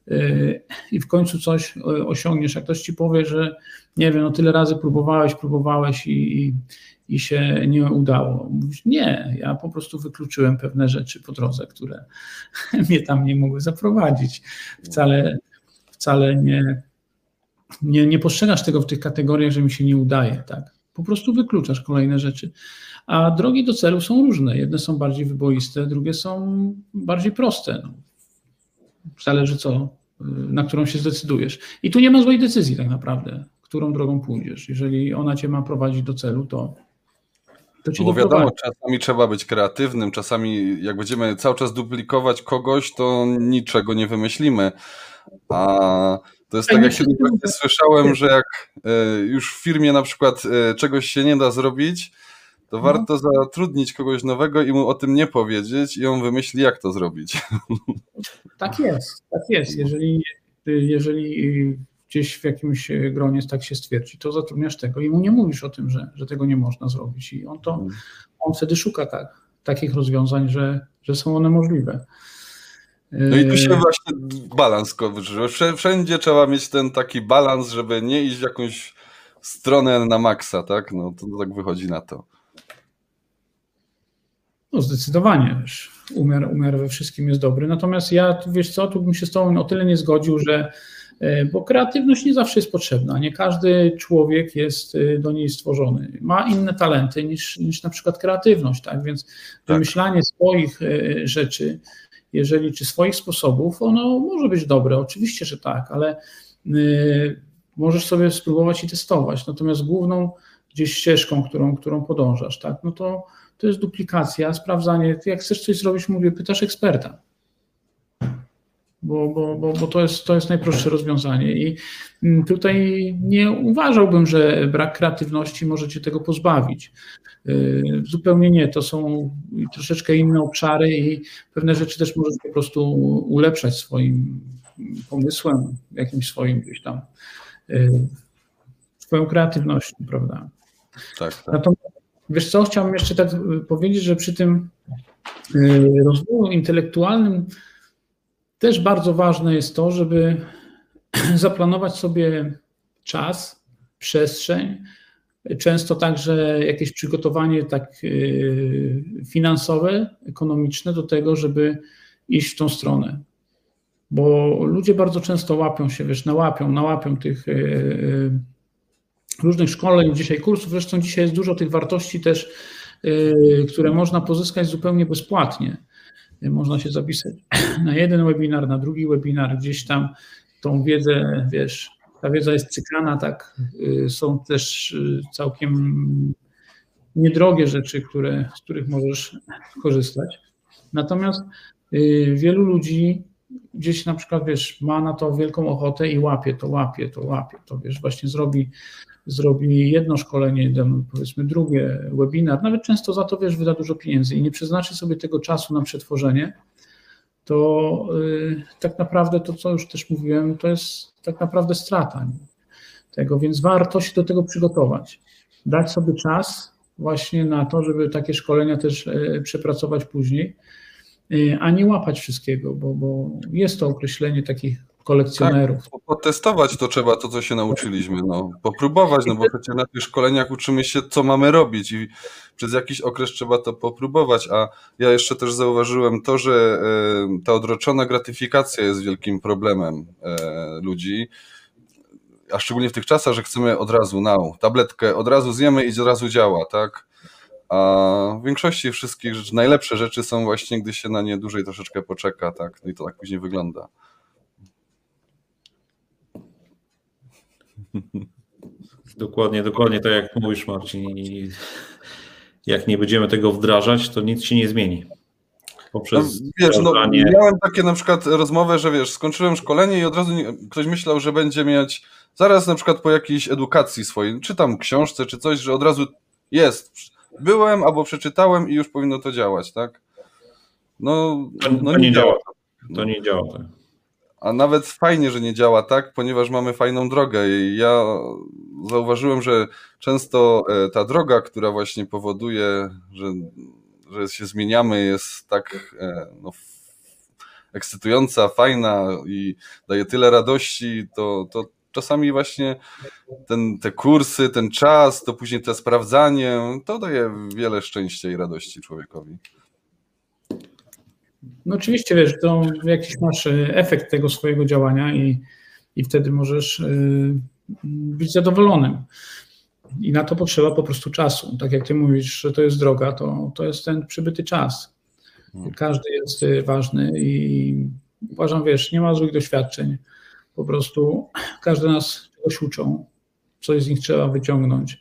i w końcu coś osiągniesz. Jak ktoś ci powie, że nie wiem, no tyle razy próbowałeś i się nie udało. Mówisz, nie, ja po prostu wykluczyłem pewne rzeczy po drodze, które mnie tam nie mogły zaprowadzić. Wcale nie postrzegasz tego w tych kategoriach, że mi się nie udaje, tak? Po prostu wykluczasz kolejne rzeczy. A drogi do celu są różne. Jedne są bardziej wyboiste, drugie są bardziej proste. No. Zależy na którą się zdecydujesz. I tu nie ma złej decyzji tak naprawdę, którą drogą pójdziesz. Jeżeli ona cię ma prowadzić do celu, to cię bo wiadomo, doprowadzi. czasami trzeba być kreatywnym, czasami jak będziemy cały czas duplikować kogoś, to niczego nie wymyślimy. A to jest tak, jak kiedyś właśnie słyszałem, że jak już w firmie na przykład czegoś się nie da zrobić, to warto zatrudnić kogoś nowego i mu o tym nie powiedzieć i on wymyśli, jak to zrobić. Tak jest. Jeżeli gdzieś w jakimś gronie tak się stwierdzi, to zatrudniasz tego i mu nie mówisz o tym, że tego nie można zrobić. I on wtedy szuka takich rozwiązań, że są one możliwe. No i tu się właśnie balans kończy. Wszędzie trzeba mieć ten taki balans, żeby nie iść w jakąś stronę na maksa, tak? No to tak wychodzi na to. No zdecydowanie, umiar we wszystkim jest dobry. Natomiast ja, wiesz co, tu bym się z tobą o tyle nie zgodził, bo kreatywność nie zawsze jest potrzebna. Nie każdy człowiek jest do niej stworzony. Ma inne talenty niż na przykład kreatywność, tak? Więc wymyślanie swoich rzeczy, czy swoich sposobów, ono może być dobre, oczywiście, że tak, ale możesz sobie spróbować i testować. Natomiast główną gdzieś ścieżką, którą podążasz, tak? No to jest duplikacja, sprawdzanie. Jak chcesz coś zrobić, pytasz eksperta. Bo to jest najprostsze rozwiązanie. I tutaj nie uważałbym, że brak kreatywności może cię tego pozbawić. Zupełnie nie. To są troszeczkę inne obszary i pewne rzeczy też możesz po prostu ulepszać swoim pomysłem, jakimś swoim gdzieś tam, swoją kreatywnością, prawda? Tak. Natomiast wiesz co, chciałbym jeszcze tak powiedzieć, że przy tym rozwoju intelektualnym też bardzo ważne jest to, żeby zaplanować sobie czas, przestrzeń, często także jakieś przygotowanie finansowe, ekonomiczne do tego, żeby iść w tą stronę. Bo ludzie bardzo często łapią się, nałapią tych różnych szkoleń, dzisiaj kursów, zresztą dzisiaj jest dużo tych wartości też, które można pozyskać zupełnie bezpłatnie. Można się zapisać na jeden webinar, na drugi webinar, gdzieś tam tą wiedzę, ta wiedza jest cykana, tak, są też całkiem niedrogie rzeczy, z których możesz korzystać. Natomiast wielu ludzi gdzieś na przykład, ma na to wielką ochotę i łapie to, właśnie zrobi jedno szkolenie, powiedzmy drugie, webinar, nawet często za to, wyda dużo pieniędzy i nie przeznaczy sobie tego czasu na przetworzenie, to tak naprawdę to, co już też mówiłem, to jest tak naprawdę strata tego, więc warto się do tego przygotować, dać sobie czas właśnie na to, żeby takie szkolenia też przepracować później, a nie łapać wszystkiego, bo jest to określenie takich kolekcjonerów. Tak, potestować to trzeba, to co się nauczyliśmy, popróbować, bo przecież na tych szkoleniach uczymy się, co mamy robić i przez jakiś okres trzeba to popróbować, a ja jeszcze też zauważyłem to, że ta odroczona gratyfikacja jest wielkim problemem ludzi, a szczególnie w tych czasach, że chcemy od razu tabletkę od razu zjemy i od razu działa, tak? A w większości wszystkich rzeczy, najlepsze rzeczy są właśnie, gdy się na nie dłużej troszeczkę poczeka, tak? No i to tak później wygląda. Dokładnie tak jak mówisz, Marcin. I jak nie będziemy tego wdrażać, to nic się nie zmieni. Miałem takie na przykład rozmowę, że skończyłem szkolenie i od razu ktoś myślał, że będzie mieć zaraz na przykład po jakiejś edukacji swojej, czy tam książce, czy coś, że od razu byłem albo przeczytałem i już powinno to działać, tak? To nie działa. To nie działa tak. A nawet fajnie, że nie działa tak, ponieważ mamy fajną drogę i ja zauważyłem, że często ta droga, która właśnie powoduje, że się zmieniamy, jest tak ekscytująca, fajna i daje tyle radości, to czasami właśnie te kursy, ten czas, to później to sprawdzanie, to daje wiele szczęścia i radości człowiekowi. No oczywiście, wiesz, to jakiś masz efekt tego swojego działania i wtedy możesz być zadowolonym. I na to potrzeba po prostu czasu. Tak jak ty mówisz, że to jest droga, to jest ten przybyty czas. Każdy jest ważny i uważam, wiesz, nie ma złych doświadczeń. Po prostu każdy nas czegoś uczą, coś z nich trzeba wyciągnąć.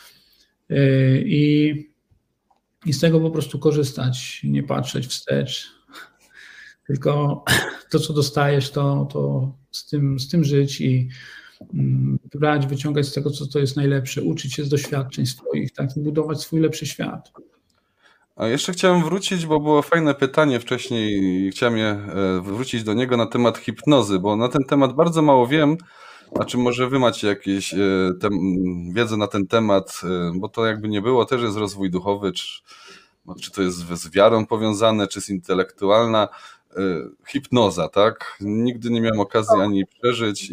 I z tego po prostu korzystać, nie patrzeć wstecz, tylko to, co dostajesz, to z tym żyć i brać, wyciągać z tego, co to jest najlepsze, uczyć się z doświadczeń swoich, tak, i budować swój lepszy świat. A jeszcze chciałem wrócić, bo było fajne pytanie wcześniej i chciałem wrócić do niego na temat hipnozy, bo na ten temat bardzo mało wiem. A czy może wy macie jakieś wiedzę na ten temat, bo to jakby nie było, też jest rozwój duchowy, czy to jest z wiarą powiązane, czy jest intelektualna hipnoza, tak? Nigdy nie miałem okazji ani przeżyć.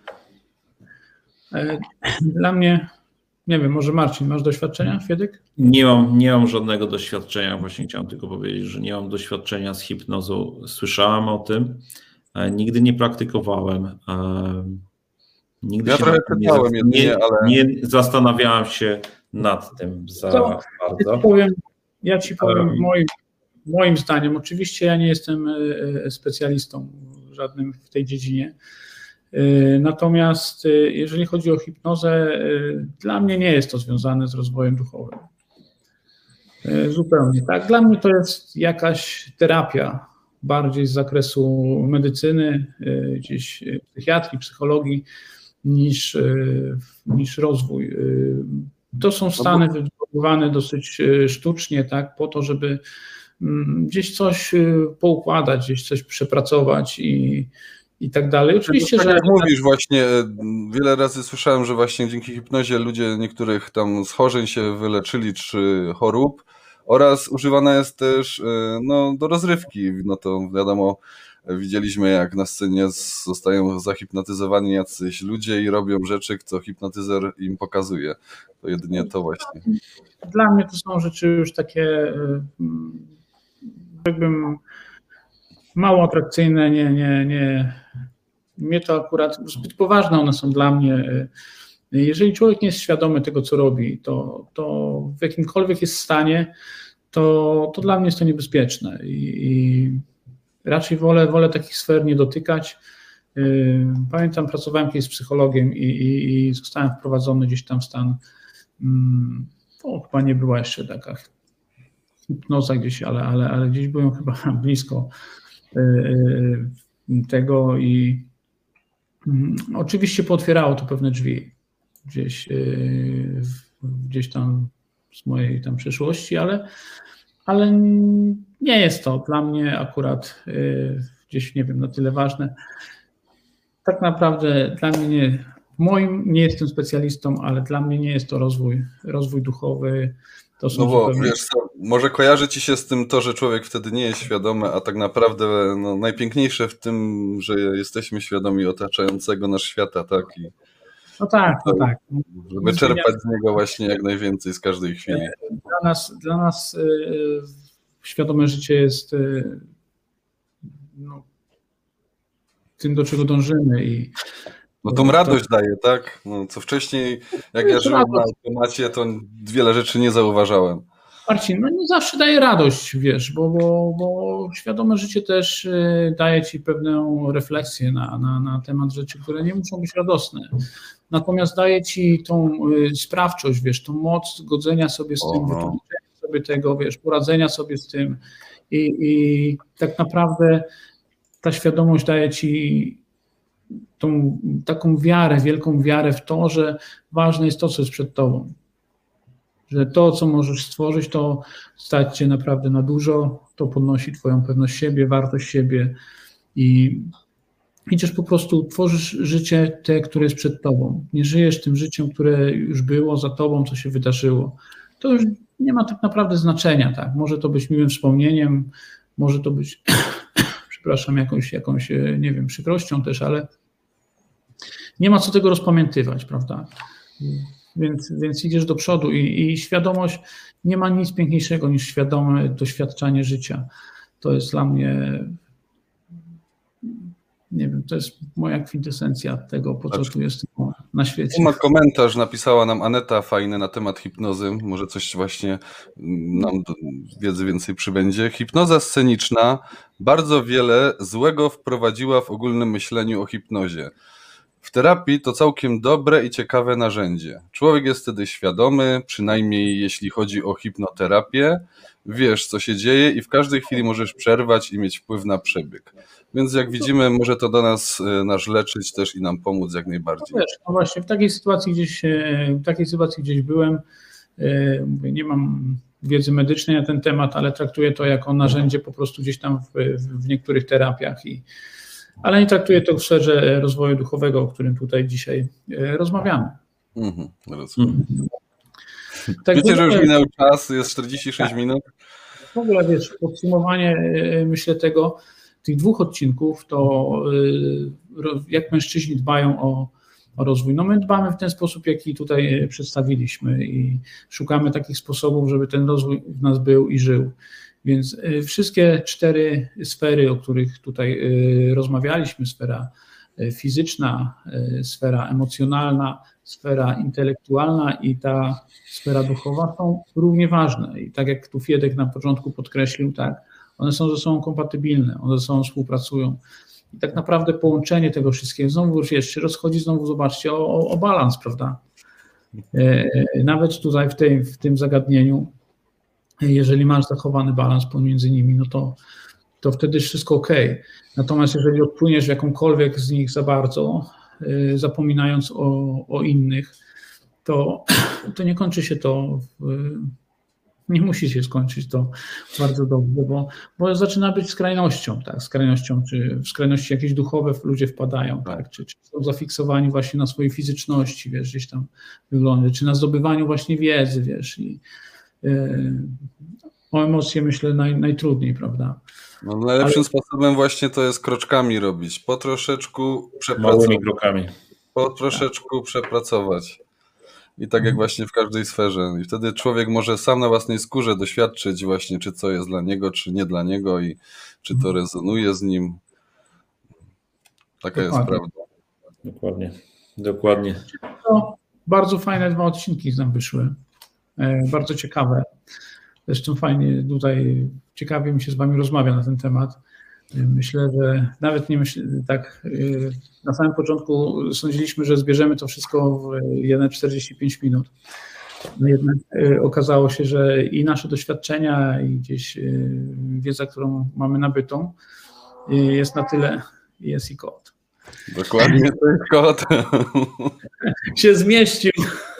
Dla mnie, nie wiem, może Marcin, masz doświadczenia, Fiedyk? Nie mam żadnego doświadczenia, właśnie chciałem tylko powiedzieć, że nie mam doświadczenia z hipnozą. Słyszałem o tym, nigdy nie praktykowałem. Nigdy ja się trochę czytałem jedynie, ale nie zastanawiałem się nad tym za bardzo. Ja ci powiem moim zdaniem, oczywiście ja nie jestem specjalistą żadnym w tej dziedzinie, natomiast jeżeli chodzi o hipnozę, dla mnie nie jest to związane z rozwojem duchowym. Zupełnie tak. Dla mnie to jest jakaś terapia bardziej z zakresu medycyny, gdzieś psychiatrii, psychologii, niż rozwój. To są stany wybudowane dosyć sztucznie, tak, po to, żeby gdzieś coś poukładać, gdzieś coś przepracować i tak dalej. Oczywiście, tak że jak mówisz, właśnie wiele razy słyszałem, że właśnie dzięki hipnozie ludzie niektórych tam schorzeń się wyleczyli, czy chorób, oraz używana jest też do rozrywki. No to wiadomo, widzieliśmy, jak na scenie zostają zahipnotyzowani jacyś ludzie i robią rzeczy, co hipnotyzer im pokazuje. To jedynie to właśnie. Dla mnie to są rzeczy już takie jakbym mało atrakcyjne, mnie to akurat zbyt poważne one są dla mnie. Jeżeli człowiek nie jest świadomy tego, co robi, to w jakimkolwiek jest stanie, to dla mnie jest to niebezpieczne i raczej wolę takich sfer nie dotykać. Pamiętam, pracowałem kiedyś z psychologiem i zostałem wprowadzony gdzieś tam w stan, chyba nie była jeszcze taka hipnoza gdzieś, ale gdzieś byłem chyba blisko tego i oczywiście pootwierało to pewne drzwi gdzieś tam z mojej tam przeszłości, ale nie jest to dla mnie akurat gdzieś, nie wiem, na tyle ważne. Tak naprawdę dla mnie nie jestem specjalistą, ale dla mnie nie jest to rozwój duchowy. To są wiesz co, może kojarzy ci się z tym to, że człowiek wtedy nie jest świadomy, a tak naprawdę najpiękniejsze w tym, że jesteśmy świadomi otaczającego nas świata, tak? No tak. Żeby czerpać z niego właśnie jak najwięcej z każdej chwili. Dla nas świadome życie jest tym, do czego dążymy. Tą radość daje, tak? Co wcześniej, jak ja żyłem na automacie, to wiele rzeczy nie zauważałem. Marcin, nie zawsze daje radość, wiesz, bo świadome życie też daje ci pewną refleksję na temat rzeczy, które nie muszą być radosne. Natomiast daje ci tą sprawczość, wiesz, tą moc godzenia sobie z tym, wytłumaczenia sobie tego, wiesz, poradzenia sobie z tym i tak naprawdę ta świadomość daje ci tą taką wiarę, wielką wiarę w to, że ważne jest to, co jest przed tobą. Że to, co możesz stworzyć, to stać cię naprawdę na dużo, to podnosi twoją pewność siebie, wartość siebie i idziesz po prostu, tworzysz życie te, które jest przed tobą. Nie żyjesz tym życiem, które już było za tobą, co się wydarzyło. To już nie ma tak naprawdę znaczenia. Tak? Może to być miłym wspomnieniem, może to być przepraszam, jakąś nie wiem, przykrością też, ale nie ma co tego rozpamiętywać, prawda? Więc idziesz do przodu i świadomość, nie ma nic piękniejszego niż świadome doświadczanie życia. To jest dla mnie, nie wiem, to jest moja kwintesencja tego, po co tu jestem na świecie. Tu ma komentarz, napisała nam Aneta fajny na temat hipnozy, może coś właśnie nam wiedzy więcej przybędzie. Hipnoza sceniczna bardzo wiele złego wprowadziła w ogólnym myśleniu o hipnozie. W terapii to całkiem dobre i ciekawe narzędzie. Człowiek jest wtedy świadomy, przynajmniej jeśli chodzi o hipnoterapię, wiesz co się dzieje i w każdej chwili możesz przerwać i mieć wpływ na przebieg. Więc jak widzimy, może to do nas leczyć też i nam pomóc jak najbardziej. No właśnie, w takiej sytuacji gdzieś byłem. Mówię, nie mam wiedzy medycznej na ten temat, ale traktuję to jako narzędzie po prostu gdzieś tam w niektórych terapiach. Ale nie traktuję to w sferze rozwoju duchowego, o którym tutaj dzisiaj rozmawiamy. Rozumiem. Tak, wiecie, że już minął czas, jest 46 minut. W ogóle wiesz, podsumowanie myślę tych 2 odcinków, to jak mężczyźni dbają o rozwój. No my dbamy w ten sposób, jaki tutaj przedstawiliśmy i szukamy takich sposobów, żeby ten rozwój w nas był i żył. Więc wszystkie 4 sfery, o których tutaj rozmawialiśmy, sfera fizyczna, sfera emocjonalna, sfera intelektualna i ta sfera duchowa są równie ważne. I tak jak tu Fiedek na początku podkreślił, tak, one są ze sobą kompatybilne, one ze sobą współpracują. I tak naprawdę połączenie tego wszystkiego, znowu się rozchodzi, zobaczcie, o balans, prawda? Nawet tutaj w tym zagadnieniu, jeżeli masz zachowany balans pomiędzy nimi, no to wtedy jest wszystko ok. Natomiast jeżeli odpłyniesz w jakąkolwiek z nich za bardzo, zapominając o innych, to nie kończy się to, nie musi się skończyć to bardzo dobrze, bo zaczyna być skrajnością, tak? Skrajnością, czy w skrajności jakieś duchowe ludzie wpadają, tak? Czy są zafiksowani właśnie na swojej fizyczności, wiesz, gdzieś tam wyglądy, czy na zdobywaniu właśnie wiedzy, wiesz, i o emocje myślę najtrudniej, prawda? No, najlepszym sposobem właśnie to jest kroczkami robić, po troszeczku małymi krokami. Po troszeczku przepracować. I tak jak właśnie w każdej sferze. I wtedy człowiek może sam na własnej skórze doświadczyć właśnie, czy co jest dla niego, czy nie dla niego i czy to rezonuje z nim. Taka jest prawda. Dokładnie. To bardzo fajne 2 odcinki nam wyszły. Bardzo ciekawe. Zresztą fajnie tutaj, ciekawie mi się z wami rozmawia na ten temat. Myślę, że nawet nie myślę, tak na samym początku sądziliśmy, że zbierzemy to wszystko w 1,45 minut. No jednak okazało się, że i nasze doświadczenia, i gdzieś wiedza, którą mamy nabytą, jest na tyle, jest i kod. Dokładnie, to jest kod. Się zmieścił.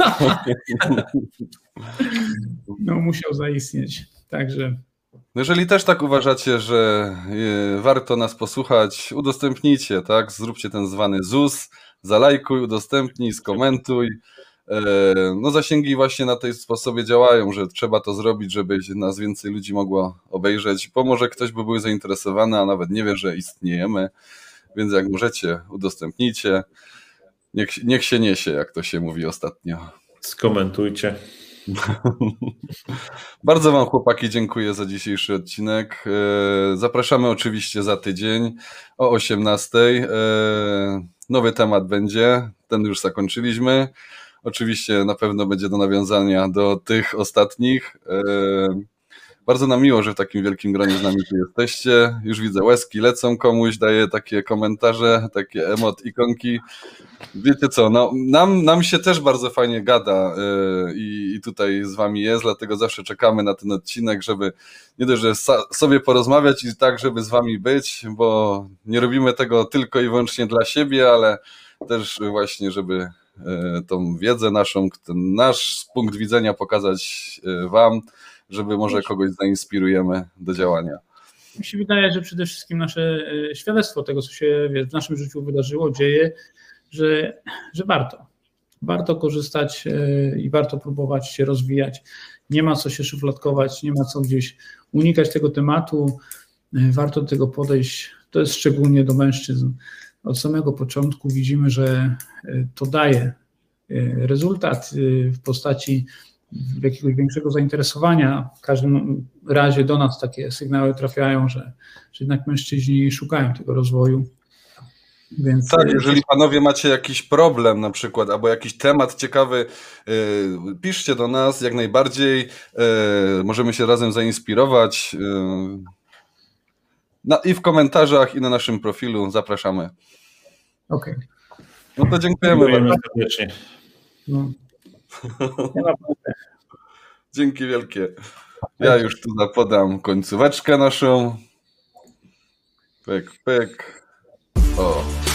No musiał zaistnieć, także... Jeżeli też tak uważacie, że warto nas posłuchać, udostępnijcie, tak? Zróbcie ten zwany ZUS, zalajkuj, udostępnij, skomentuj. No zasięgi właśnie na tej sposobie działają, że trzeba to zrobić, żeby nas więcej ludzi mogło obejrzeć, bo może ktoś by był zainteresowany, a nawet nie wie, że istniejemy, więc jak możecie, udostępnijcie. Niech się niesie, jak to się mówi ostatnio. Skomentujcie. Bardzo wam, chłopaki, dziękuję za dzisiejszy odcinek. Zapraszamy oczywiście za tydzień o 18:00. Nowy temat będzie, ten już zakończyliśmy. Oczywiście na pewno będzie do nawiązania do tych ostatnich. Bardzo nam miło, że w takim wielkim gronie z nami tu jesteście. Już widzę, łezki lecą komuś, daję takie komentarze, takie emot, ikonki. Wiecie co, no, nam się też bardzo fajnie gada i tutaj z wami jest, dlatego zawsze czekamy na ten odcinek, żeby nie dość, że sobie porozmawiać i tak, żeby z wami być, bo nie robimy tego tylko i wyłącznie dla siebie, ale też właśnie, żeby tą wiedzę naszą, ten nasz punkt widzenia pokazać wam, żeby może kogoś zainspirujemy do działania. Mi się wydaje, że przede wszystkim nasze świadectwo tego, co się w naszym życiu wydarzyło, dzieje, że warto korzystać i warto próbować się rozwijać. Nie ma co się szufladkować, nie ma co gdzieś unikać tego tematu. Warto do tego podejść to jest szczególnie do mężczyzn. Od samego początku widzimy, że to daje rezultat w postaci jakiegoś większego zainteresowania. W każdym razie do nas takie sygnały trafiają, że jednak mężczyźni szukają tego rozwoju. Więc tak, jeżeli panowie macie jakiś problem na przykład, albo jakiś temat ciekawy, piszcie do nas, jak najbardziej, możemy się razem zainspirować. I w komentarzach, i na naszym profilu zapraszamy. Okej. No to dziękujemy bardzo. Serdecznie. No. Nie ma problemu. Dzięki wielkie. Ja już tu podam końcóweczkę naszą. Pyk, pyk. O.